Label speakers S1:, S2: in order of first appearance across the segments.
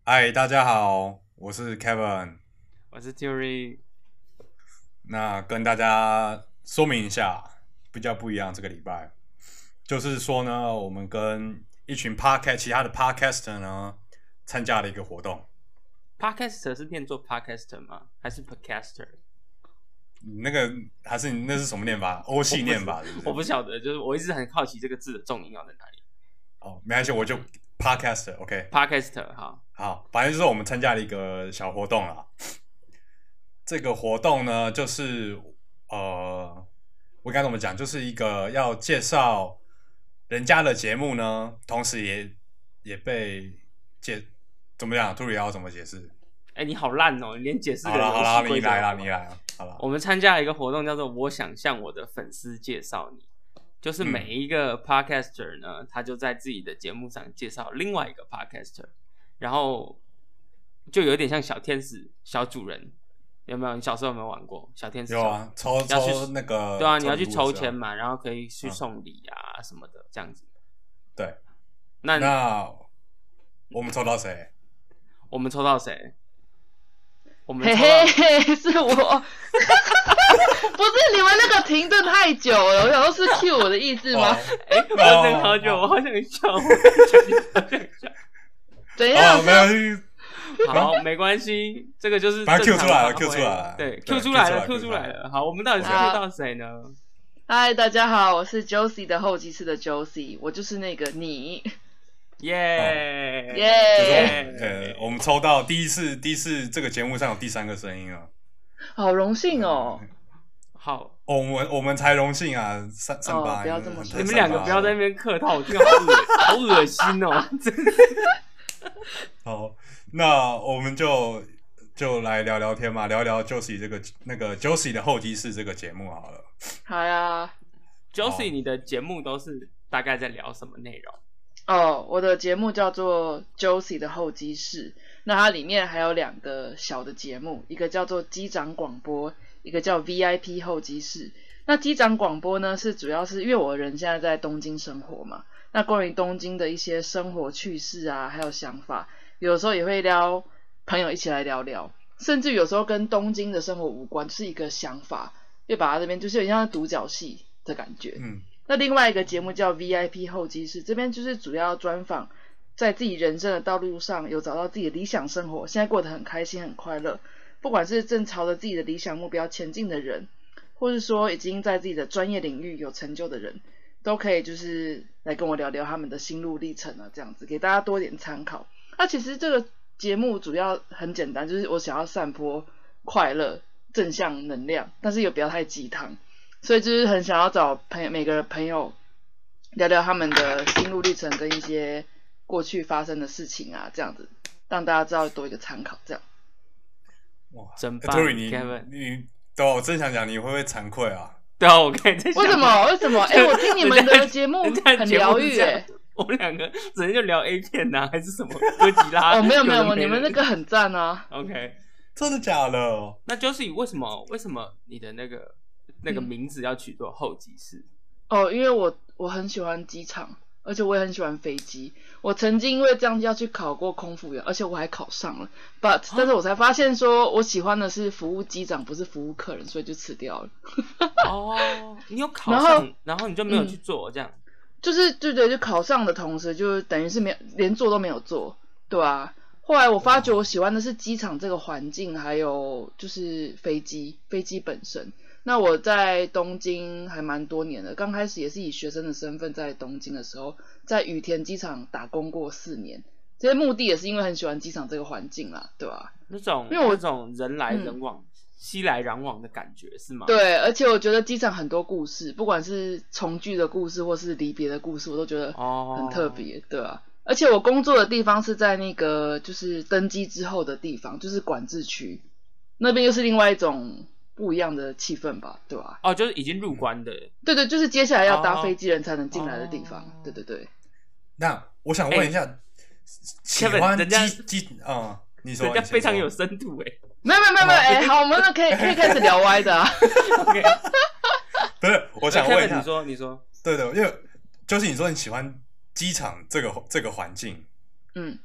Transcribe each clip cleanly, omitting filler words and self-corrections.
S1: 嗨，大家好，我是 Kevin。
S2: 我是 Terry。
S1: 那跟大家说明一下，比较不一样。这个礼拜就是说呢，我们跟一群其他的 podcaster 呢参加了一个活动。
S2: Podcaster 是念作 Podcaster 吗？还是 Podcaster？
S1: 那个还是那是什么念法？欧系念法是不是？
S2: 我不晓得，就是我一直很好奇这个字的重音要在哪里。
S1: 哦，没关系，我就 podcaster，OK。
S2: Podcaster
S1: 好，反正就是我们参加了一个小活动啦。这个活动呢，就是我该怎么讲？就是一个要介绍人家的节目呢，同时也被怎么讲？杜里要怎么解释？
S2: 你好烂哦！你连解释
S1: 好了，你来了，好了。
S2: 我们参加了一个活动，叫做"我想向我的粉丝介绍你"，就是每一个 podcaster 呢，他就在自己的节目上介绍另外一个 podcaster， 然后就有点像小天使、小主人。有没有？你小时候有没有玩过小天使？
S1: 有啊，抽那个。
S2: 对啊，你要去抽签嘛，然后可以去送礼啊什么的，这样子。
S1: 对。
S2: 那
S1: 我们抽到谁？
S2: 我们抽到谁？
S3: 嘿嘿，是我。不是你们那个停顿太久了，我想说是 Q 我的意思吗？
S2: 我等好久，我好想笑，我好想笑。
S3: 怎样？
S1: 没关系。
S2: 好，没关系，这个就是
S1: 反正 Q 出来了
S2: ，Q 出来了。好，我们到底是 Q 到谁呢？
S3: 嗨，大家好，我是 Josie 的后期室的 Josie， 我就是那个你。
S2: 耶！
S1: 我们抽到第一次这个节目上有第3个声音啊，
S3: 好荣幸哦。
S2: 好，
S1: 我们才荣幸啊，38。
S3: 不要这么说，
S2: 你们2个不要在那边客套，我听好恶心哦，真的。
S1: 好，那我们就来聊聊天嘛，聊聊 Josie Josie 的候机室这个节目好了。
S3: 好呀。
S2: Josie 你的节目都是大概在聊什么内容？
S3: 我的节目叫做 Josie 的候机室，那它里面还有2个小的节目，一个叫做机长广播，一个叫 VIP 候机室。那机长广播呢，主要是因为我人现在在东京生活嘛，那关于东京的一些生活趣事啊，还有想法，有时候也会撩朋友一起来聊聊，甚至有时候跟东京的生活无关，就是一个想法，就把它这边就是有点像独角戏的感觉。那另外一个节目叫 VIP 候机室，这边就是主要专访在自己人生的道路上有找到自己的理想生活，现在过得很开心很快乐，不管是正朝着自己的理想目标前进的人，或是说已经在自己的专业领域有成就的人，都可以就是来跟我聊聊他们的心路历程啊，这样子给大家多点参考。那其实这个节目主要很简单，就是我想要散播快乐正向能量，但是也不要太鸡汤，所以就是很想要找每个朋友聊聊他们的心路历程跟一些过去发生的事情啊，这样子让大家知道多一个参考，这样。
S1: 哇，
S2: 真棒
S1: Kevin， 你对我真想讲，你会不会惭愧啊？
S2: 对啊，我可以在想。
S3: 为什么？我听你们的节目很疗愈
S2: 我们2个整天就聊 A 片啊，还是什么哥吉拉？
S3: 没有，你们那个很赞啊。
S2: OK，
S1: 真的假的？
S2: 那就是为什么你的那个名字要取作候机室？
S3: 因为我很喜欢机场，而且我也很喜欢飞机。我曾经因为这样要去考过空服员，而且我还考上了。但是我才发现说我喜欢的是服务机长，不是服务客人，所以就辞掉了。
S2: 你有考上，然后你就没有去做这样？
S3: 就是对，就考上的同时，就等于是连做都没有做，对啊。后来我发觉我喜欢的是机场这个环境，还有就是飞机本身。那我在东京还蛮多年的，刚开始也是以学生的身份在东京的时候，在羽田机场打工过4年。这些目的也是因为很喜欢机场这个环境啦，对吧？
S2: 那种人来人往、熙来攘往的感觉是吗？
S3: 对，而且我觉得机场很多故事，不管是重聚的故事或是离别的故事，我都觉得很特别，对啊。而且我工作的地方是在那个就是登机之后的地方，就是管制区，那边又是另外一种不一样的气氛吧，对吧？
S2: 就是已经入关的。
S3: 对，就是接下来要搭飞机人才能进来的地方。对。
S1: 那我想问一下，喜欢机你说
S2: 人家非常有深度
S3: 没有，好，我们可以开始聊歪的啊。
S2: OK，
S1: 不是，我想问一下，
S2: 你说，
S1: 对，因为就是你说你喜欢机场这个环境，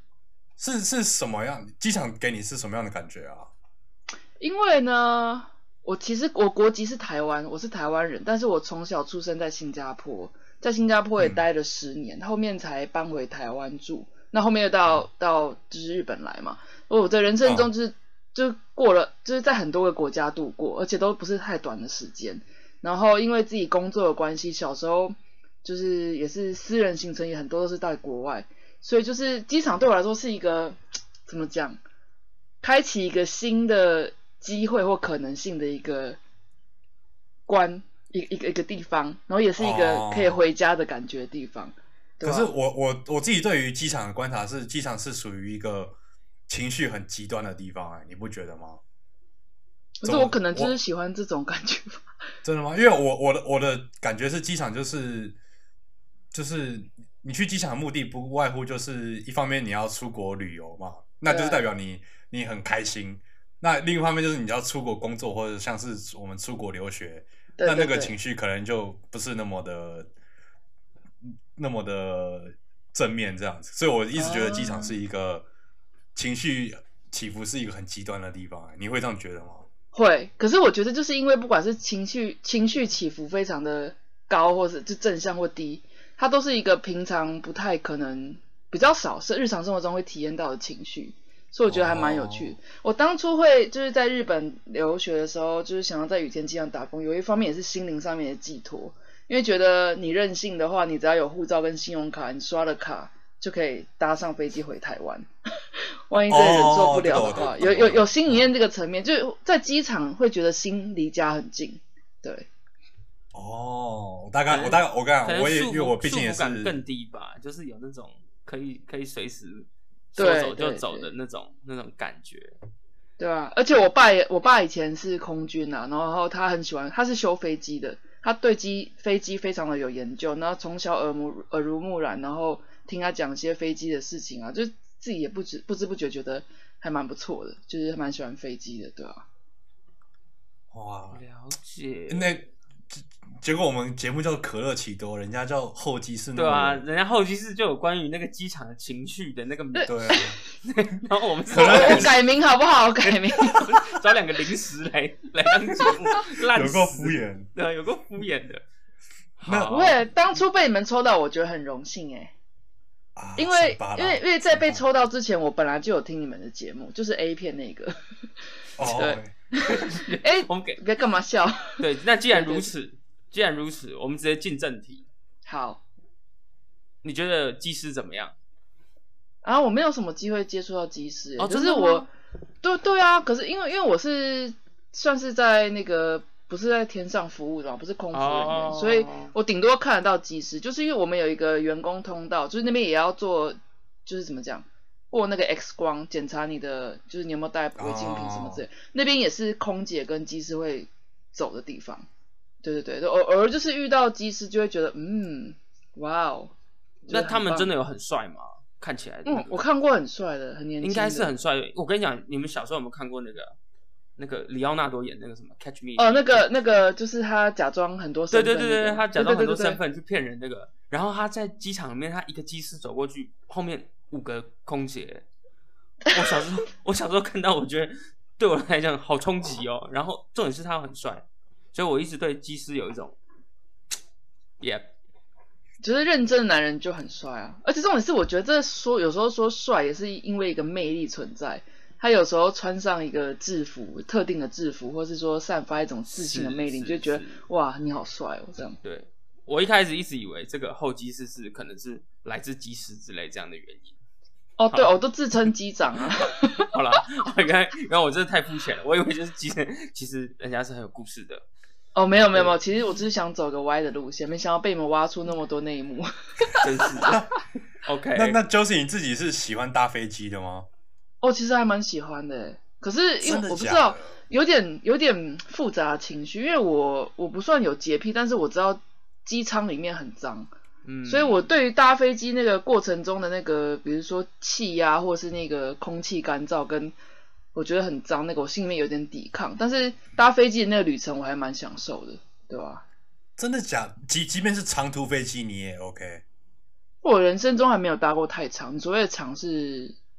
S1: 是什么样？机场给你是什么样的感觉啊？
S3: 因为呢，其实我国籍是台湾，我是台湾人，但是我从小出生在新加坡，在新加坡也待了10年，后面才搬回台湾住。那后面又到就是日本来嘛。我的人生中就过了，就是在很多个国家度过，而且都不是太短的时间。然后因为自己工作的关系，小时候就是也是私人行程也很多都是在国外，所以就是机场对我来说是一个怎么讲，开启一个新的机会或可能性的一个一个地方，然后也是一个可以回家的感觉的地方。
S1: 可是我自己对于机场的观察是，机场是属于一个情绪很极端的地方，你不觉得吗？
S3: 可是我可能就是喜欢这种感觉吧。
S1: 真的吗？因为我的感觉是，机场就是你去机场的目的不外乎就是一方面你要出国旅游嘛，那就是代表你很开心。那另一方面就是你要出国工作，或者像是我们出国留学，
S3: 对对对，
S1: 那个情绪可能就不是那么的正面这样子。所以我一直觉得机场是一个情绪起伏是一个很极端的地方。你会这样觉得吗？
S3: 会，可是我觉得就是因为不管是情绪起伏非常的高，或者就正向或低，它都是一个平常不太可能比较少是日常生活中会体验到的情绪，所以我觉得还蛮有趣的。我当初会就是在日本留学的时候，就是想要在羽田机场打工，有一方面也是心灵上面的寄托，因为觉得你任性的话，你只要有护照跟信用卡，你刷了卡就可以搭上飞机回台湾。万一真的忍受不了的话，有心理面这个层面，就在机场会觉得心离家很近，对。
S1: 我刚刚我也因为我毕竟也是
S2: 束缚感更低吧，就是有那种可以随时说走就走的那种感觉。
S3: 对啊，而且我爸以前是空军啊，然后他很喜欢，他是修飞机的，他对飞机非常的有研究，然后从小耳濡目染，然后听他讲一些飞机的事情啊，就自己也不知不觉觉得还蛮不错的，就是蛮喜欢飞机的，对啊。
S1: 哇，
S2: 了解。
S1: 那结果我们节目叫可乐奇多，人家叫候机室。
S2: 对啊，人家候机室就有关于那个机场的情绪的那个名。
S1: 对啊。
S2: 然后我们
S3: 我改名好不好？改名，
S2: 找2个零食来当节目，烂死，
S1: 有够敷衍。
S2: 对，有够敷衍的。
S3: 不会，当初被你们抽到，我觉得很荣幸因为在被抽到之前，我本来就有听你们的节目，就是 A 片那个。对。我们别干嘛笑？
S2: 对，那既然如此，我们直接进正题。
S3: 好，
S2: 你觉得机师怎么样？
S3: 我没有什么机会接触到机师，
S2: 就是
S3: 对啊，可是因为我是算是在那个不是在天上服务的嘛，不是空服人员，所以我顶多看得到机师，就是因为我们有一个员工通道，就是那边也要做，就是怎么讲，过那个 X 光检查你的，就是你有没有带违禁品什么之类，那边也是空姐跟机师会走的地方。对，偶尔就是遇到机师就会觉得哇哦。
S2: 那他们真的有很帅吗？看起来
S3: 我看过很帅的，很年轻的，
S2: 应该是很帅。我跟你讲，你们小时候有没有看过那个里奥纳多演那个什么 Catch Me？
S3: 那个就是他假装很多身份，
S2: 对，他假装很多身份去骗人那个。然后他在机场里面，他一个机师走过去，后面5个空姐。我小时候看到，我觉得对我来讲好冲击哦。然后重点是他很帅，所以我一直对机师有一种
S3: 就是认真的男人就很帅啊，而且重点是我觉得有时候说帅也是因为一个魅力存在，他有时候穿上一个制服，特定的制服，或是说散发一种自信的魅力，你就觉得哇你好帅哦这样。
S2: 对，我一开始一直以为这个候机室是可能是来自机师之类这样的原因。
S3: 对，我都自称机长啊。
S2: 好啦，刚刚我真的太肤浅了，我以为就是机师，其实人家是很有故事的。
S3: 没有，其实我只是想走个歪的路线，没想到被你们挖出那么多内幕。
S2: 真是的。OK，
S1: 那 Josie 你自己是喜欢搭飞机的吗？
S3: 其实还蛮喜欢的，可是因为我不知道，有点复杂的情绪，因为我不算有洁癖，但是我知道机舱里面很脏，所以我对于搭飞机那个过程中的那个，比如说气压或是那个空气干燥跟我觉得很脏，那个我心里面有点抵抗，但是搭飞机的那个旅程我还蛮享受的，对吧？
S1: 真的假？即便是长途飞机你也 OK？
S3: 我人生中还没有搭过太长，所谓的长是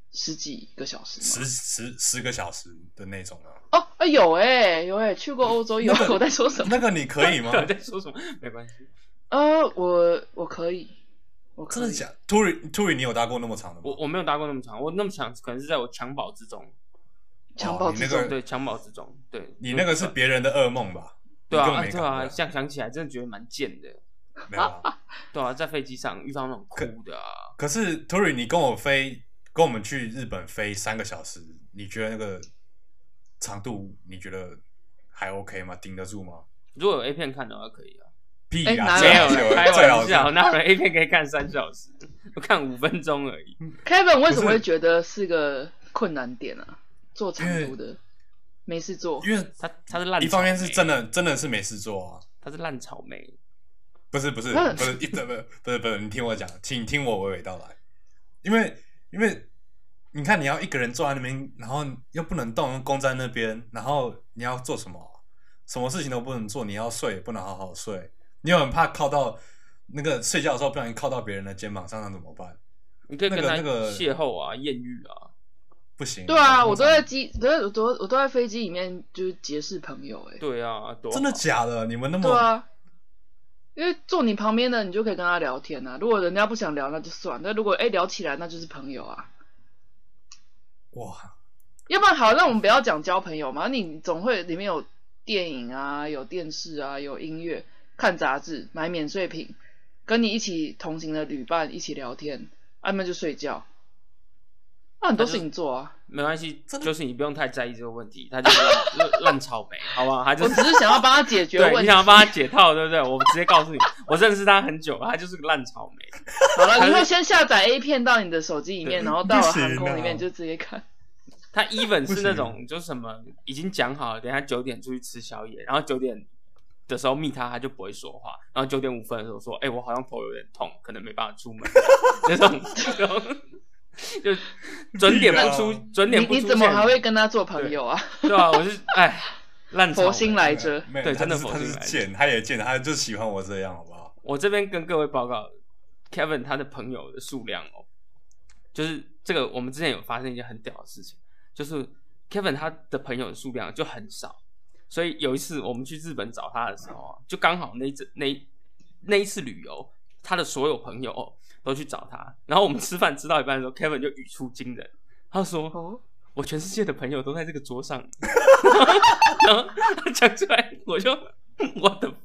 S3: 十几个小时吗？
S1: 十个小时的那种啊。
S3: 哦，有去过欧洲有。我在说什么？
S1: 那个你可以吗？
S2: 我在说什么？没关系。
S3: 我可以。
S1: 真的假？Turi 你有搭过那么长的吗？
S2: 我没有搭过那么长，我那么长可能是在我襁褓之中。
S3: 襁褓之中，
S2: 对，襁褓之中，对。
S1: 你那个是别人的噩梦吧？
S2: 对啊，想起来真的觉得蛮贱的。
S1: 没有啊。
S2: 对啊，在飞机上遇到那种哭的啊。
S1: 可是 Turi 你跟我们去日本飞3个小时，你觉得那个长度你觉得还 OK 吗？顶得住吗？
S2: 如果有 A 片看的话可以啊。
S1: 屁啊！
S2: 没有，开玩笑，哪有人 A 片可以看3小时？我看5分钟而已。
S3: Kevin 为什么会觉得是个困难点啊？做长途的没事做，
S1: 因为
S2: 他是烂草莓，
S1: 一方面是真的是没事做啊。
S2: 他是烂草莓。
S1: 不是，你听我讲，请听我娓娓道来。因为你看，你要一个人坐在那边，然后又不能动，弓在那边，然后你要做什么？什么事情都不能做，你要睡也不能好好睡，你又很怕靠到那个睡觉的时候不小心靠到别人的肩膀上，那怎么办？
S2: 你可以跟他邂逅啊，艳遇啊。
S1: 不行。
S3: 对啊，我都在飞机里面就是结识朋友
S2: 对啊，
S1: 真的假的？你们那么
S3: 对啊？因为坐你旁边的你就可以跟他聊天啊，如果人家不想聊那就算，但如果聊起来那就是朋友啊。
S1: 哇！
S3: 要不然好，那我们不要讲交朋友嘛，你总会里面有电影啊，有电视啊，有音乐，看杂志，买免税品，跟你一起同行的旅伴一起聊天，要么就睡觉。很多事情做啊，
S2: 没关系，就是你不用太在意这个问题，他就是烂草莓，好不好？他就是
S3: 我只是想要帮他解决问题，
S2: 对，你想要帮他解套，对不对？我直接告诉你，我认识他很久了，他就是个烂草莓。
S3: 好了，以后先下载 A 片到你的手机里面，然后到了航空里面就直接看。
S2: 他 even 是那种就是什么已经讲好了，等一下9点出去吃宵夜，然后9点的时候密他就不会说话，然后9点5分的时候说，我好像头有点痛，可能没办法出门，这种就准点不出，
S3: 你怎么还会跟他做朋友啊？
S2: 对啊，我是烂草莓
S3: 佛心来着，
S2: 对，真的佛心来着。
S1: 他是贱，他也贱，他就喜欢我这样，好不好？
S2: 我这边跟各位报告 ，Kevin 他的朋友的数量就是这个我们之前有發生一件很屌的事情，就是 Kevin 他的朋友的数量就很少，所以有一次我们去日本找他的时候就刚好那一次旅游，他的所有朋友都去找他，然后我们吃饭吃到一半的时候 ，Kevin 就语出惊人，他说：“我全世界的朋友都在这个桌上。”然后他讲出来，我就 What the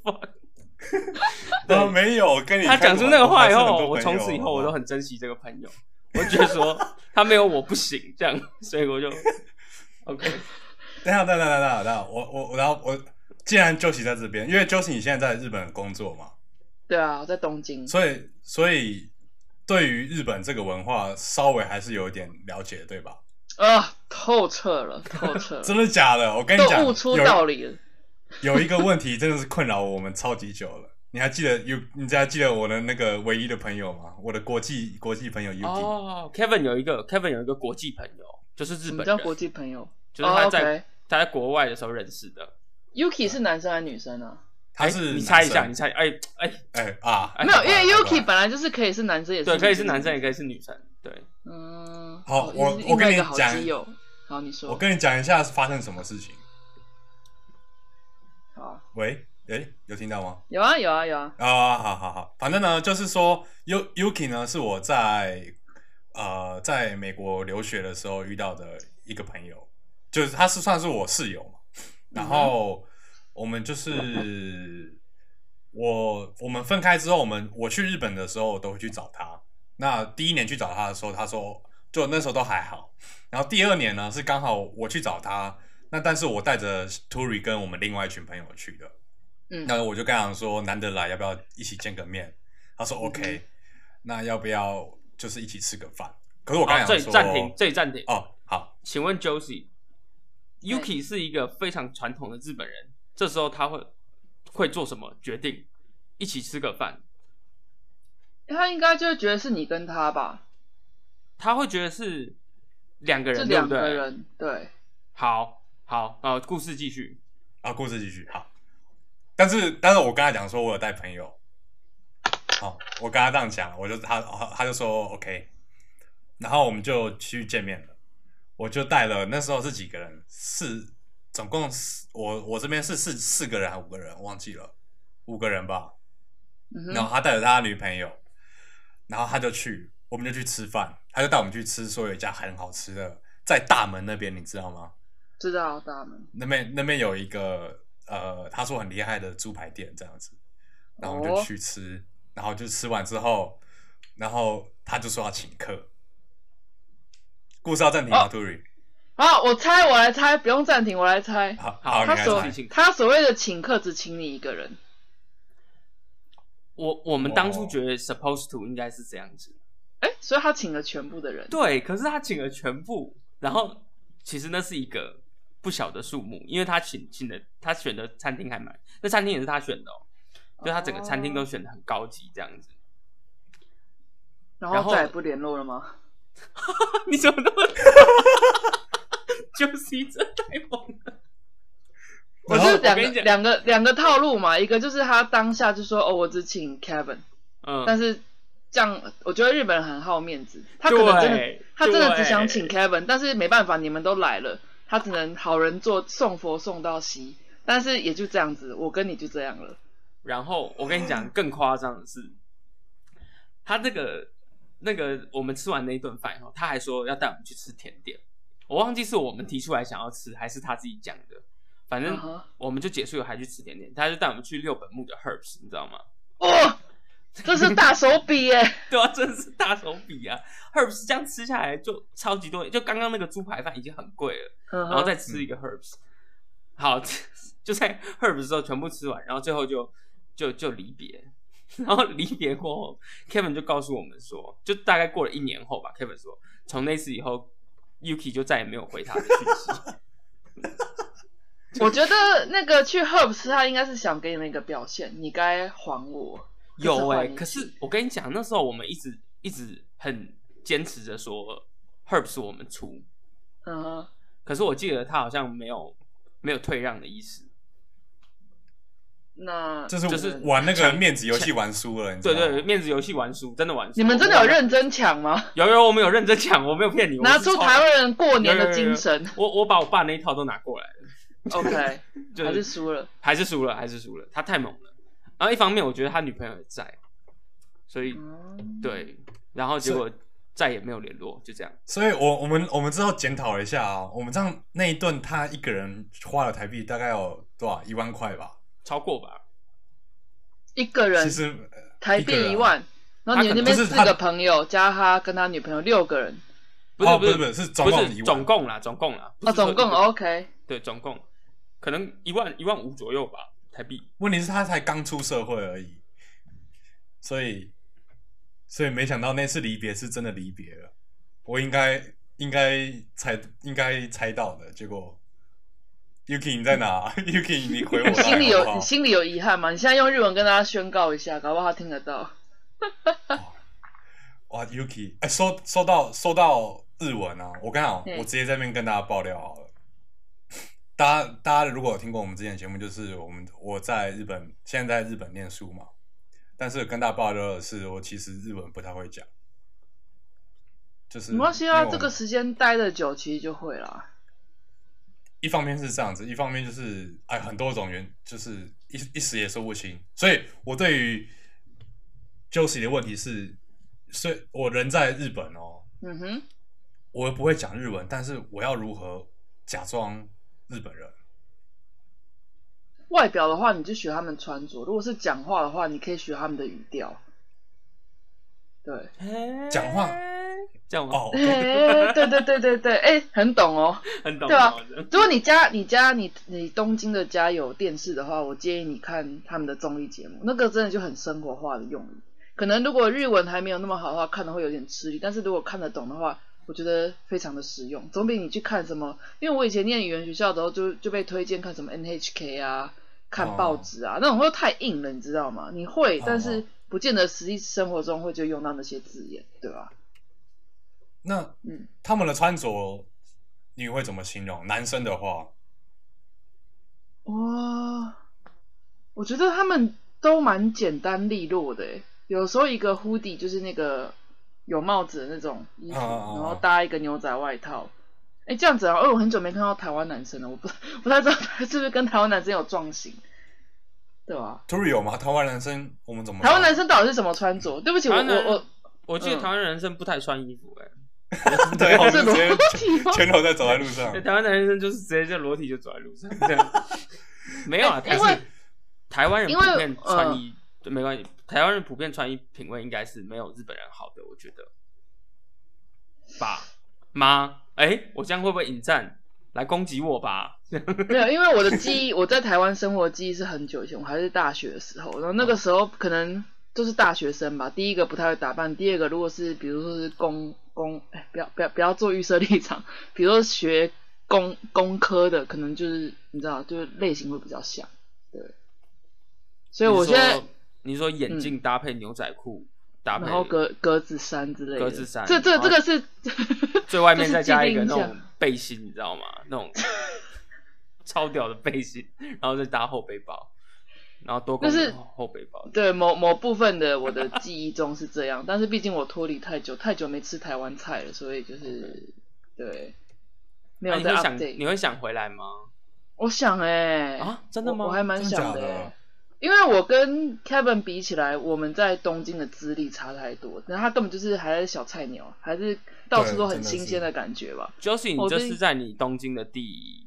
S2: fuck？
S1: 没有跟你
S2: 他讲出那个话以后，我从此以后我都很珍惜这个朋友，我觉得说他没有我不行，这样，所以我就 OK。
S1: 等一下，我既然 Josie 在这边，因为 Josie 你现在在日本工作嘛，
S3: 对啊，我在东京，
S1: 所以对于日本这个文化稍微还是有一点了解，对吧？
S3: 透彻了。
S1: 真的假的？我跟你讲，
S3: 都悟出道理了。
S1: 有一个问题真的是困扰我们超级久了。你还记得我的那个唯一的朋友吗？我的国际朋友 Yuki。
S2: Kevin 有一个国际朋友，就是日本人。
S3: 什么叫国际朋友？
S2: 就是他在国外的时候认识的。
S3: Yuki 是男生还是女生啊？
S1: 他是
S2: 你猜一下，没
S3: 有，因为 Yuki 本来就是可以是男生也是
S2: 对，可以是男生也可以是女生，对。
S1: 好，我跟你讲，
S3: 好，你说。
S1: 我跟你讲一下发生什么事情。
S3: 好。
S1: 喂，有听到吗？
S3: 有啊。
S1: 好，反正呢，就是说 Yuki 呢是我在美国留学的时候遇到的一个朋友，就是他算是我室友嘛，然后我们就是我们分开之后，我去日本的时候我都会去找他。那第一年去找他的时候，他说就那时候都还好。然后第二年呢是刚好我去找他，那但是我带着 Turi 跟我们另外一群朋友去的。那我就跟他说难得来，要不要一起见个面？他说 OK，那要不要就是一起吃个饭？可是我刚才说
S2: 这里暂停
S1: 好，
S2: 请问 Josie，Yuki 是一个非常传统的日本人，这时候他会做什么决定？一起吃个饭？
S3: 他应该就会觉得是你跟他吧？
S2: 他会觉得是2个人，
S3: 是2个人，对。
S2: 好，故事继续。
S1: 故事继续，好。但是我跟他讲说我有带朋友，好，我跟他这样讲，他就说 OK。 然后我们就去见面了。我就带了，那时候是几个人？总共我这边是四个人还是5个人？忘记了，5个人吧。然后他带着他的女朋友，然后我们就去吃饭，他就带我们去吃，说有一家很好吃的，在大门那边，你知道吗？
S3: 知道大门
S1: 那边有一个他说很厉害的猪排店这样子，然后我们就去吃，然后就吃完之后，然后他就说要请客。故事要暂停吗 ，Turi？
S3: 好，我来猜，不用暂停，我来猜。
S1: 好，
S3: 他所谓的请客只请你一个人。
S2: 我们当初觉得 supposed to 应该是这样子，
S3: 所以他请了全部的人。
S2: 对，可是他请了全部，然后其实那是一个不小的数目，因为他他选的餐厅那餐厅也是他选的就他整个餐厅都选的很高级这样子。
S3: 然后再也不联络了吗？
S2: 你怎么那么就是这太猛了。
S3: 我是两个套路嘛，一个就是他当下就说我只请 Kevin，但是这样我觉得日本人很好面子，他可能真的只想请 Kevin， 但是没办法，你们都来了，他只能好人做送佛送到西，但是也就这样子，我跟你就这样了。
S2: 然后我跟你讲更夸张的是，他那个我们吃完那一顿饭以后，他还说要带我们去吃甜点，我忘记是我们提出来想要吃，还是他自己讲的。反正我们就结束了，还去吃甜点。他就带我们去六本木的 Herbs， 你知道吗？
S3: 这是大手笔耶！
S2: 对啊，真的是大手笔啊 ！Herbs 这样吃下来就超级多，就刚刚那个猪排饭已经很贵了，然后再吃一个 Herbs， 好，就在 Herbs 的时候全部吃完，然后最后就离别。然后离别过后 ，Kevin 就告诉我们说，就大概过了1年后吧 ，Kevin 说，从那次以后 ，Yuki 就再也没有回他的讯息。
S3: 我觉得那个去 Herbs 他应该是想给你们一个表现，你该还我。
S2: 有可是我跟你讲，那时候我们一直很坚持着说 Herbs 我们出，可是我记得他好像没有退让的意思。
S3: 那
S1: 就是玩那个面子游戏玩输了，你知道吗？
S2: 对，面子游戏玩输，真的玩输。
S3: 你们真的有认真抢吗？
S2: 有，我们有认真抢，我没有骗你。
S3: 拿出台湾人过年的精神。
S2: 我把我爸那一套都拿过来了。
S3: OK， 还是输了，
S2: 还是输了，他太猛了。然后一方面我觉得他女朋友也在，所以对，然后结果再也没有联络，就这样。
S1: 所以我们之后检讨了一下我们这样那一顿他一个人花了台币大概有多少？1万块吧，
S2: 超过吧？
S3: 一个人，
S1: 其实
S3: 台币1万，然后你们那边4个朋友加他跟他女朋友6个人。
S2: 不是，是总共啦。总共
S3: OK，
S2: 对，总共可能1万5左右吧，台币。
S1: 问题是他才刚出社会而已，所以没想到那次离别是真的离别了。我应该猜到的，结果 Yuki 你在哪？Yuki 你回我
S3: 你心里有遗憾吗？你现在用日文跟大家宣告一下，搞不好他聽得到。
S1: 哇 ，Yuki， 收到日文啊！我刚好我直接在那边跟大家爆料好了。大家如果有听过我们之前的节目，就是我在日本，现在在日本念书嘛。但是跟大家爆料的是，我其实日文不太会讲。就是
S3: 没关系啊，这个时间待得久，其实就会啦。
S1: 一方面是这样子，一方面就是很多种就是一时也说不清。所以我对于 Josie 的问题是，所以我人在日本我不会讲日文，但是我要如何假装日本人？
S3: 外表的话，你就学他们穿着；如果是讲话的话，你可以学他们的语调。对，
S1: 讲话
S2: 这样吗？
S3: 对，很懂哦，
S2: 很懂，
S3: 对吧？如果你东京的家有电视的话，我建议你看他们的综艺节目，那个真的就很生活化的用语。可能如果日文还没有那么好的话，看的会有点吃力，但是如果看得懂的话，我觉得非常的实用，总比你去看什么。因为我以前念语言学校的时候就被推荐看什么 NHK 啊，看报纸啊，那种会太硬了，你知道吗？你会，但是不见得实际生活中会就用到那些字眼，对吧？
S1: 那他们的穿着你会怎么形容？男生的话，
S3: 我觉得他们都蛮简单利落的耶。有时候一个 hoodie 就是那个有帽子的那种衣服，
S1: 然
S3: 后搭一个牛仔外套。这样子啊，我很久没看到台湾男生了，我不太知道他是不是跟台湾男生有撞型，对吧
S1: ？Tory 有吗？台湾男生我们怎么？
S3: 台湾男生到底是什么穿着？对不起，
S2: 我记得台湾男生不太穿衣服
S1: 对，我们直接拳头在走在路上。
S2: 台湾男生就是直接就裸体就走在路上，这样没有啊，因为台湾人普遍穿衣没关系，台湾人普遍穿衣品味应该是没有日本人好的，我觉得吧？妈，我这样会不会引战来攻击我吧？
S3: 没有，因为我的记忆，我在台湾生活的记忆是很久以前，我还是大学的时候，然后那个时候可能就是大学生吧。第一个不太会打扮，第二个如果是比如说是不要做预设立场，比如说学工科的，可能就是你知道，就是类型会比较像，对。所以我现在
S2: 你说眼镜搭配牛仔裤。然
S3: 后格子衫之类的，
S2: 格子衫，
S3: 这个是
S2: 最外面再加一个那种背心，你知道吗？那种超屌的背心，然后再搭后背包，然后多功能后背包。
S3: 对，某部分的我的记忆中是这样，但是毕竟我脱离太久没吃台湾菜了，所以就是对，没有在 update。
S2: 你会想回来吗？
S3: 我想
S2: 真的吗？
S3: 我还蛮想的因为我跟 Kevin 比起来，我们在东京的资历差太多，然后他根本就是还是小菜鸟，还是到处都很新鲜的感觉吧。
S2: Josie， 你这是在你东京的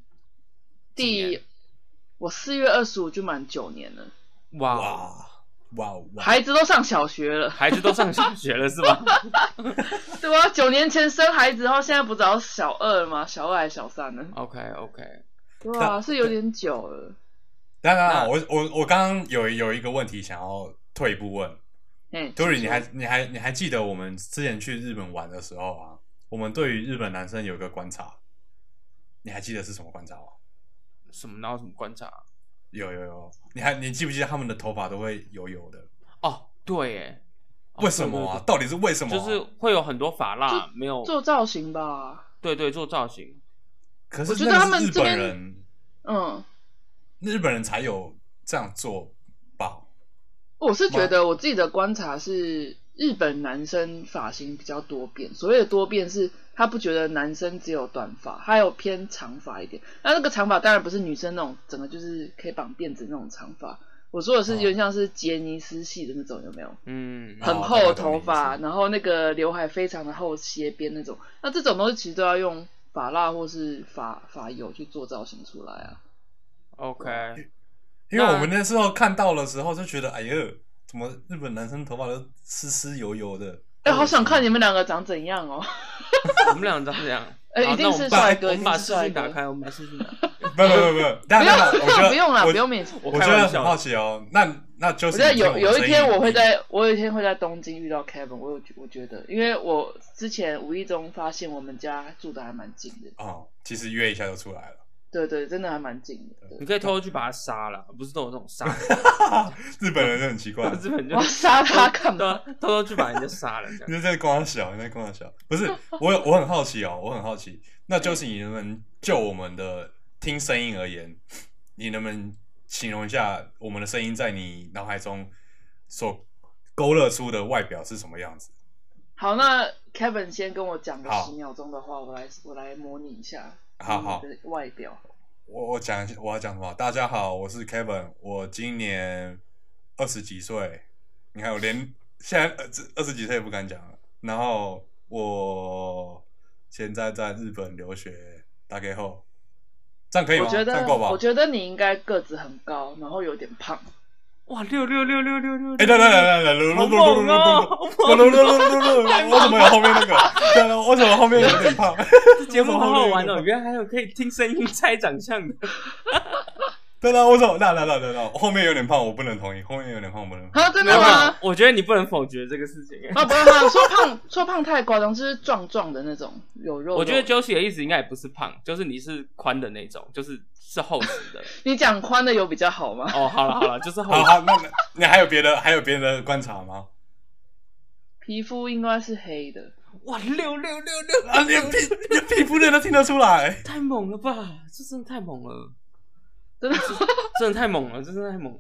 S3: 我4月25就满9年了。
S1: 哇！
S3: 孩子都上小学了，
S2: 是吧？
S3: 对啊，9年前生孩子，然后现在不只要小2了吗？小2还是小3呢
S2: ？OK，
S3: 对啊，是有点久了。
S1: 当然，我刚刚有一个问题想要退一步问，Tory， 你还记得我们之前去日本玩的时候啊，我们对于日本男生有一个观察，你还记得是什么观察吗？
S2: 哪有什么观察？
S1: 有，你记不记得他们的头发都会油油的？
S2: 对耶，
S1: 为什么啊？到底是为什么？
S2: 就是会有很多发蜡，没有
S3: 做造型吧？
S2: 对，做造型。
S1: 可是
S3: 我觉得他们
S1: 日本人，日本人才有这样做吧？
S3: 我是觉得我自己的观察是，日本男生发型比较多变。所谓的多变是，他不觉得男生只有短发，他有偏长发一点。那个长发当然不是女生那种整个就是可以绑辫子那种长发。我说的是有点像是杰尼斯系的那种，有没有？很厚的头发，然后那个刘海非常的厚，斜边那种。那这种东西其实都要用发蜡或是发油去做造型出来啊。
S2: OK，
S1: 因为我们那时候看到的时候就觉得，哎呦，怎么日本男生头发都湿湿油油的？
S3: 好想看你们两个长怎样哦！
S2: 我们两个长怎样？
S3: 一定是帅哥，
S2: 我们把视讯打开，我们把视讯打开。
S1: 不，不用
S3: 啦，不用勉强。
S1: 我觉得很好奇哦，那就是
S3: 我觉得有一天我有一天会在东京遇到 Kevin， 我觉得，因为我之前无意中发现我们家住的还蛮近的
S1: 其实约一下就出来了。
S3: 对，真的还蛮近的。
S2: 你可以偷偷去把他杀了，不是都有这种杀？
S1: 日本人就很奇怪，
S2: 日本人
S3: 就杀他干嘛？
S2: 偷偷去把人家杀了，
S1: 你在跟他小，不是我很好奇哦，我很好奇，那就是你能不能就我们的听声音而言，你能不能形容一下我们的声音在你脑海中所勾勒出的外表是什么样子？
S3: 好，那 Kevin 先跟我讲个10秒钟的话，我来模拟一下。
S1: 好，
S3: 外表。
S1: 我要讲什么？大家好，我是 Kevin， 我今年20几岁，你看我连现在20几岁也不敢讲了。然后我现在在日本留学，大概后，这样可以吗？这样够吧？
S3: 我觉得你应该个子很高，然后有点胖。
S2: 哇，66666！
S1: 来，
S2: 好猛哦！
S1: 我怎么有后面那个？我怎么后面有点胖？
S2: 这节目好好玩哦，原来还有可以听声音猜长相的。
S1: 对了，我怎么？那后面有点胖，我不能同意。后面有点胖，我不能。
S3: 真的吗？
S2: 我觉得你不能否决这个事情。
S3: 不说胖太夸张，就是壮壮的那种，有肉。
S2: 我觉得 Josie 的意思应该也不是胖，就是你是宽的那种，就是厚实的。
S3: 你讲宽的有比较好吗？
S2: 好了，就是厚实。
S1: 好，那你还有别的观察吗？
S3: 皮肤应该是黑的。
S2: 哇，666
S1: 啊！连皮肤人都听得出来，
S2: 太猛了吧！这真的太猛了。
S3: 真的
S2: 太猛了，这真的太猛了。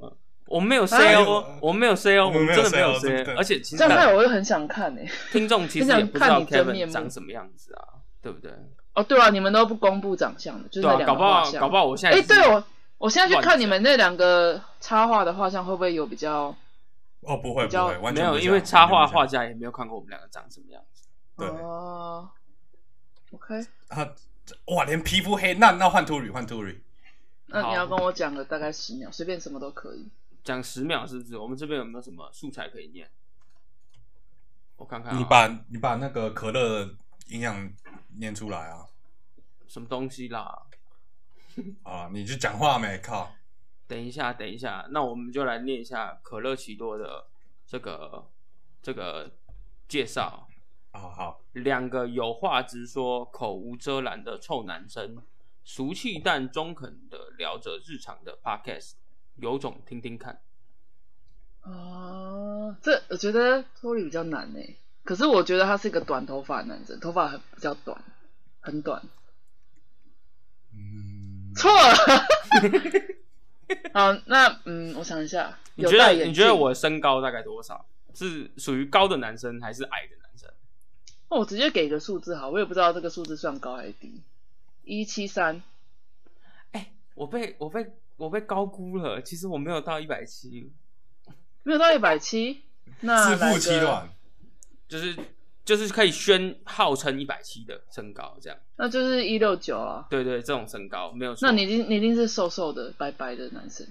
S2: 我们没有 say 哦，我们没有 say 哦，我们真的没有 say， 而且其实
S3: 这样害我又很想看
S2: 听众其实也不知道 Kevin 长什么样子啊，对不对？
S3: 哦，对啊，你们都不公布长相的，就是那两个画像。
S2: 搞不好我现在
S3: 对我现在去看你们那2个插画的画像，会不会有比较？
S1: 哦，不会，完全
S2: 没有，因为插画家也没有看过我们2个长什么样子。
S1: 对
S3: ，OK。
S1: 哇，连皮肤黑，那换 Turi。
S3: 那你要跟我讲个大概10秒，随便什么都可以。
S2: 讲10秒是不是？我们这边有没有什么素材可以念？我看看。
S1: 你把那个可乐的营养念出来啊！
S2: 什么东西啦？
S1: 啊，你就讲话没？靠！
S2: 等一下，那我们就来念一下可乐奇多的这个介绍。
S1: 好。
S2: 2个有话直说、口无遮拦的臭男生，俗气但中肯的聊着日常的 podcast， 有种听听看。
S3: 这我觉得托里比较难诶，可是我觉得他是一个短头发的男生，头发比较短，很短。错了。好，那我想一下，
S2: 你觉得我身高大概多少？是属于高的男生还是矮的男生？
S3: 我直接给一个数字好，我也不知道这个数字算高还是低。173。
S2: 我被高估了，其实我没有到170。
S3: 没有到170，那
S1: 自负欺软，
S2: 就是可以号称170的身高这样。
S3: 那就是169啊。
S2: 对，这种身高没有错。
S3: 那你一定是瘦瘦的、白白的男生。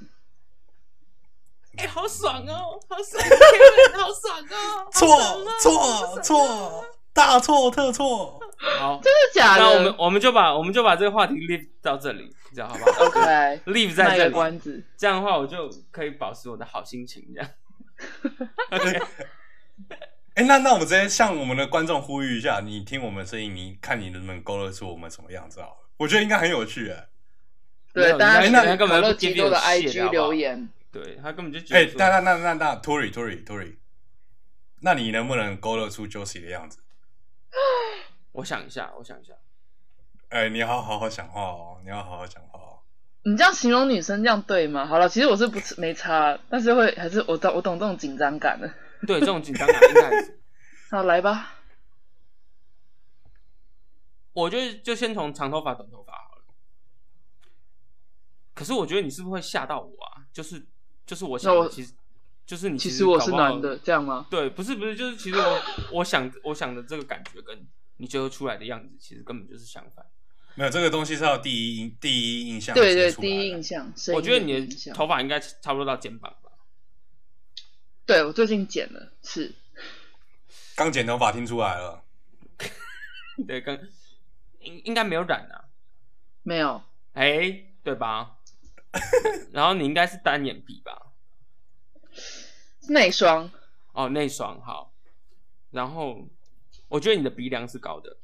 S2: 好爽哦，好爽，好爽哦！
S1: 错，大错特错。
S2: 好，
S3: 真的假的？
S2: 那我们就把这个话题 leave 到这里，这样好不好
S3: ？OK，leave
S2: 在这里，
S3: 关子。
S2: 这样的话，我就可以保持我的好心情，这样。OK。
S1: 那我们直接向我们的观众呼吁一下，你听我们的声音，你看你能不能勾勒出我们什么样子好了？我觉得应该很有趣
S3: 对，大家
S2: 那
S3: 可乐基多的 IG 留言。
S2: 对，他根本就觉得
S1: 那 Turi， 那你能不能勾勒出 Josie 的样子？
S2: 我想一下。
S1: 你要好好讲话哦，
S3: 你这样形容女生这样对吗？好了，其实我是没差，但是还是我懂这种紧张感的。
S2: 对，这种紧张感应该是。
S3: 好，来吧。
S2: 我觉得就先从长头发、短头发好了。可是我觉得你是不是会吓到我啊？就是我想的，其实就是你
S3: 其实我是男的，这样吗？
S2: 对，不是，就是其实我想的这个感觉跟你最后出来的样子，其实根本就是相反。
S1: 没有，这个东西是要第一印象。
S3: 对，第一印象。
S2: 我觉得你的头发应该差不多到肩膀吧？
S3: 对，我最近剪了，是。
S1: 刚剪头发听出来了。
S2: 对，应该没有染啊。
S3: 没有。
S2: 对吧？然后你应该是单眼皮吧？
S3: 内双。
S2: 内双好。然后我觉得你的鼻梁是高的。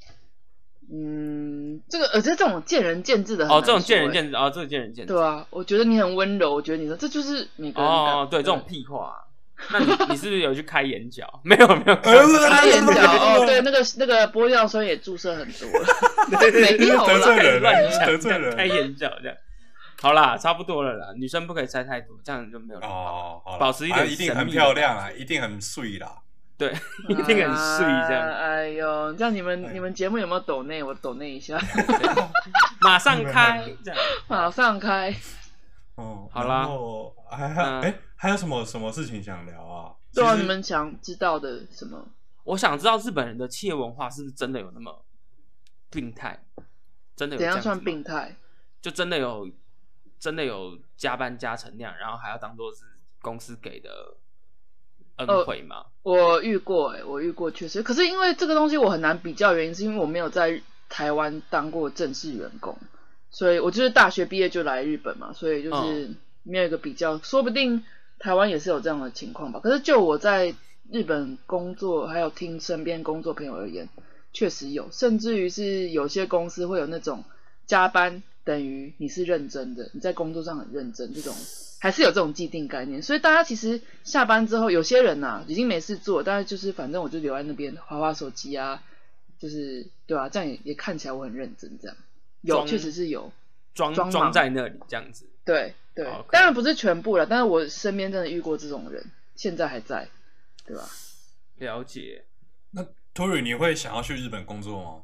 S3: 这种见仁见智的很难说。
S2: 这种见仁见智这个见仁见智。
S3: 对啊，我觉得你很温柔，我觉得你说这就是每个人
S2: 对，这种屁话。那你是不是有去开眼角？没有
S3: 开眼角对，那个玻尿酸也注射很多了，没有啦，
S1: 得罪人，
S2: 得罪人，开眼角这样。好啦，差不多了啦，女生不可以塞太多，这样就没有人保持一点神秘，
S1: 一定很漂亮啊，一定很碎啦。
S2: 对，一定很碎这样。
S3: 哎呦，这样你们节目有没有抖内？我抖内一下。
S2: 马上开，这样。
S3: 马上开。
S2: 好啦。
S1: 还有什么事情想聊啊？
S3: 对啊，你们想知道的什么？
S2: 我想知道日本人的企业文化是不是真的有那么病态？真的有这样子吗？
S3: 怎样算病态？
S2: 就真的有加班加成那样，然后还要当做是公司给的恩惠吗？
S3: 我遇过确实，可是因为这个东西我很难比较，原因是因为我没有在台湾当过正式员工，所以我就是大学毕业就来日本嘛，所以就是没有一个比较，说不定台湾也是有这样的情况吧。可是就我在日本工作，还有听身边工作朋友而言，确实有，甚至于是有些公司会有那种加班等于你是认真的，你在工作上很认真，这种还是有这种既定概念。所以大家其实下班之后，有些人已经没事做，但是就是反正我就留在那边滑滑手机啊，就是对啊，这样也看起来我很认真，这样有确实是有。
S2: 装在那里这样子。
S3: 对对，
S2: Okay.
S3: 当然不是全部了，但是我身边真的遇过这种人，现在还在，对吧？
S2: 了解。
S1: 那 Tory 你会想要去日本工作吗？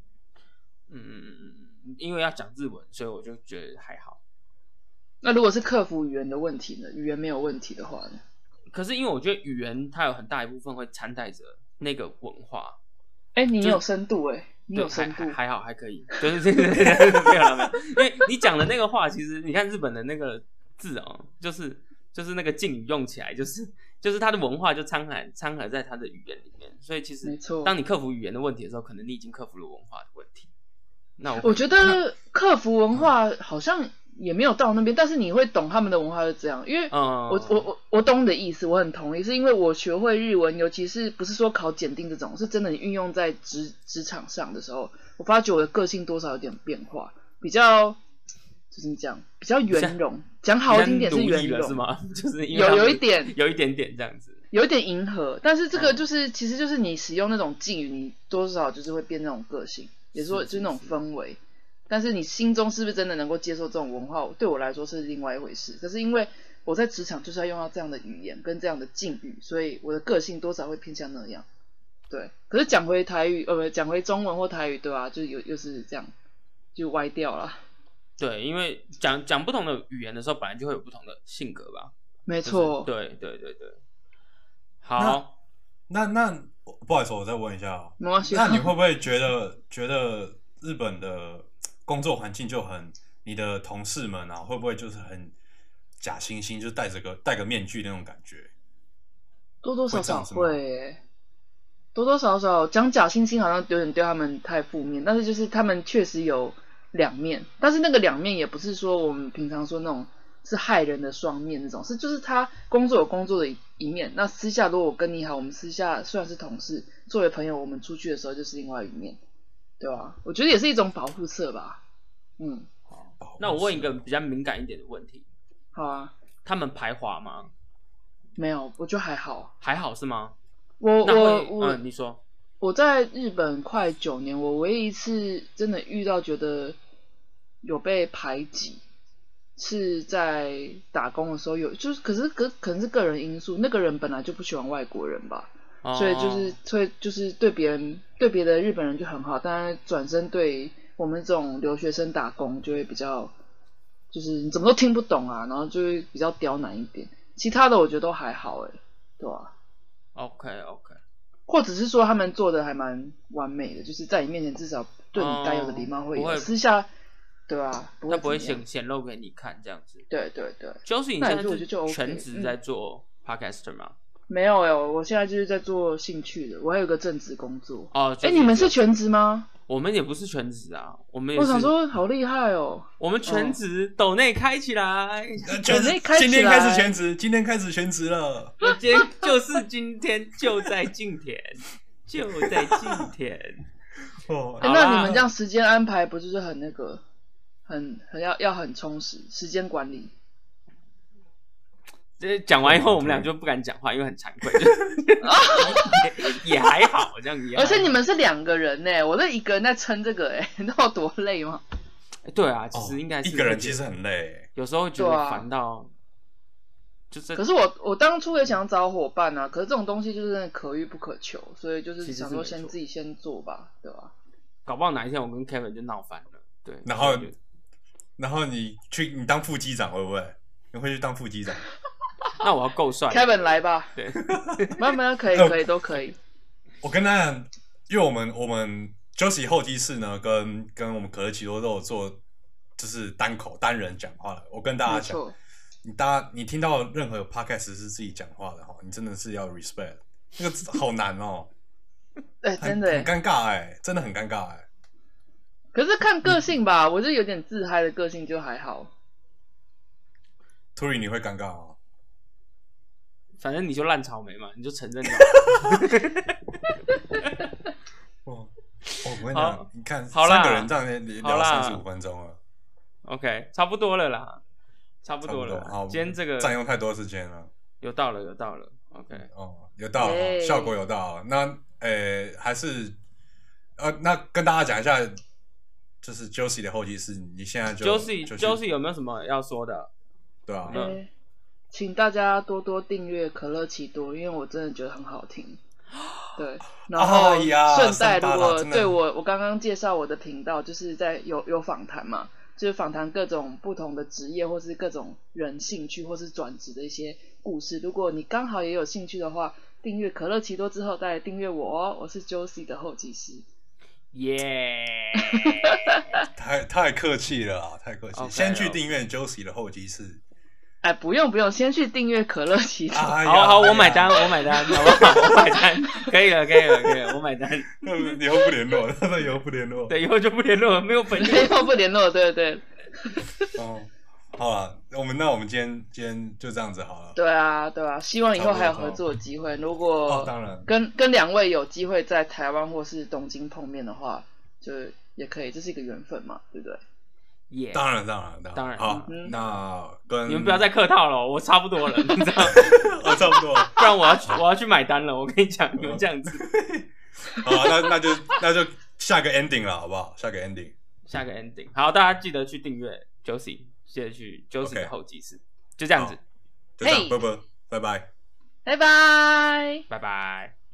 S2: 因为要讲日文，所以我就觉得还好。
S3: 那如果是克服语言的问题呢？语言没有问题的话呢？
S2: 可是因为我觉得语言它有很大一部分会掺带着那个文化。
S3: 你有深度你有深度，
S2: 还好还可以，就是没有了，因为你讲的那个话，其实你看日本的那个字哦，就是那个敬语用起来，就是它的文化就掺合在它的语言里面，所以其实当你克服语言的问题的时候，可能你已经克服了文化的问题。那
S3: 我觉得克服文化好像也没有到那边，但是你会懂他们的文化是这样，因为我懂你的意思，我很同意，是因为我学会日文，尤其是不是说考检定这种，是真的你运用在职场上的时候，我发觉我的个性多少有点变化，比较就是你讲比较圆融，讲好听点是圆融，
S2: 是吗？就是
S3: 有一点
S2: 点这样子，
S3: 有一点迎合，但是这个其实就是你使用那种敬语，你多少就是会变那种个性，也说就是那种氛围。但是你心中是不是真的能够接受这种文化，对我来说是另外一回事。可是因为我在职场就是要用到这样的语言跟这样的敬语，所以我的个性多少会偏向那样。对，可是讲回台语，讲回中文或台语，对吧？就又是这样，就歪掉了。
S2: 对，因为讲不同的语言的时候，本来就会有不同的性格吧。
S3: 没错。
S2: 对。好，
S1: 那不好意思，我再问一下，
S3: 没关系。
S1: 那你会不会觉得日本的工作环境就很，你的同事们啊，会不会就是很假惺惺，就是戴个面具那种感觉？
S3: 多多少少会多多少少讲假惺惺，好像有点对他们太负面，但是就是他们确实有两面，但是那个两面也不是说我们平常说那种是害人的双面那种，是就是他工作有工作的一面，那私下如果我跟你好，我们私下虽然是同事，作为朋友，我们出去的时候就是另外一面。对吧？我觉得也是一种保护色吧。
S2: 那我问一个比较敏感一点的问题。
S3: 好啊。
S2: 他们排华吗？
S3: 没有，我觉得还好。
S2: 还好是吗？你说。
S3: 我在日本快9年，我唯一一次真的遇到觉得有被排挤，是在打工的时候有，就是可能是个人因素，那个人本来就不喜欢外国人吧。所以就是对别的日本人就很好，但是转身对我们这种留学生打工就会比较，就是你怎么都听不懂啊，然后就会比较刁难一点。其他的我觉得都还好对吧
S2: ？OK，
S3: 或者是说他们做的还蛮完美的，就是在你面前至少对你该有的礼貌会有，私下对吧？
S2: 他不会显露给你看这样子。
S3: 对。
S2: 就是你现在是全职在做 podcaster 吗？
S3: 没有我现在就是在做兴趣的，我还有个正职工作。
S2: 你
S3: 们是全职吗？
S2: 我们也不是全职啊，
S3: 我想说好厉害哦。
S2: 我们全职，抖内开起来，
S3: 抖内开起来，
S1: 今天开始全职，今天开始全职了。
S2: 我今天就是今天，就在今天，就在今天。
S3: 那你们这样时间安排不就是很那个，要很充实，时间管理。
S2: 讲完以后，我们俩就不敢讲话，因为很惭愧，也还好这样子。
S3: 而且你们是2个人呢，我这一个人在撑这个你知道有多累吗？
S2: 对啊，其实应该是
S1: 一个人其实很累，
S2: 有时候觉得烦到，
S3: 可是我当初也想找伙伴啊，可是这种东西就是可遇不可求，所以就是想说自己先做吧，对吧？
S2: 搞不好哪一天我跟 Kevin 就闹翻了，对。
S1: 然后你当副机长会不会？你会去当副机长？
S2: 那我要够帅
S3: ，Kevin 来吧。
S2: 对，
S3: 慢慢可以都可以。
S1: 我跟大家，因为我们 Josie 候机室呢，跟我们可乐奇多都有做，就是单人讲话的。我跟大家讲，你听到任何 podcast 是自己讲话的哈，你真的是要 respect， 那个好难哦。
S3: 真的
S1: 很尴尬真的很尴尬
S3: 可是看个性吧，我是有点自嗨的个性就还好。
S1: Tory 你会尴尬吗？
S2: 反正你就烂草莓嘛，你就承认了。
S1: 我跟你讲，你看
S2: 3
S1: 个人这样聊35分钟了。
S2: OK， 差不多了啦，差不多了。
S1: 好，
S2: 今天这个
S1: 占用太多时间了。
S2: 有到了。OK，
S1: 有到了，效果有到。那还是那跟大家讲一下， 就是 Josie 的后继室，你现在就
S2: Josie 有没有什么要说的？
S1: 对啊，
S3: 请大家多多订阅可乐奇多，因为我真的觉得很好听。对，然后顺带如果对我刚刚介绍我的频道，就是在有访谈嘛，就是访谈各种不同的职业或是各种人兴趣或是转职的一些故事。如果你刚好也有兴趣的话，订阅可乐奇多之后再来订阅我哦，我是 Josie 的后继室。
S2: 耶！
S1: 太客气了啊，太客气。
S2: Okay,
S1: 先去订阅 Josie 的后继室。
S3: 哎，不用，先去订阅可乐奇多。
S2: 好，我买单，好不好？我买单，可以了，我买单。
S1: 以后不联络，以后不联络。
S2: 对，以后就不联络了，没有朋友。
S3: 以后不联络，对。
S1: 哦，好了，我们今天就这样子好了。
S3: 对啊，希望以后还有合作的机会。如果
S1: 当然
S3: 跟两位有机会在台湾或是东京碰面的话，就也可以，这是一个缘分嘛，对不对？
S1: 当然。好，那跟
S2: 你们不要再客套了，我差不多了，你知道？
S1: 我差不多了，
S2: 不然我要去买单了。我跟你讲，你们这样子。
S1: 好，那就下个 ending 了，好不好？下个 ending。
S2: 好，大家记得去订阅 Josie， 记得去 Josie 的后继室，就这样子。
S1: 就这样，拜拜。
S3: 拜拜。
S2: 拜拜。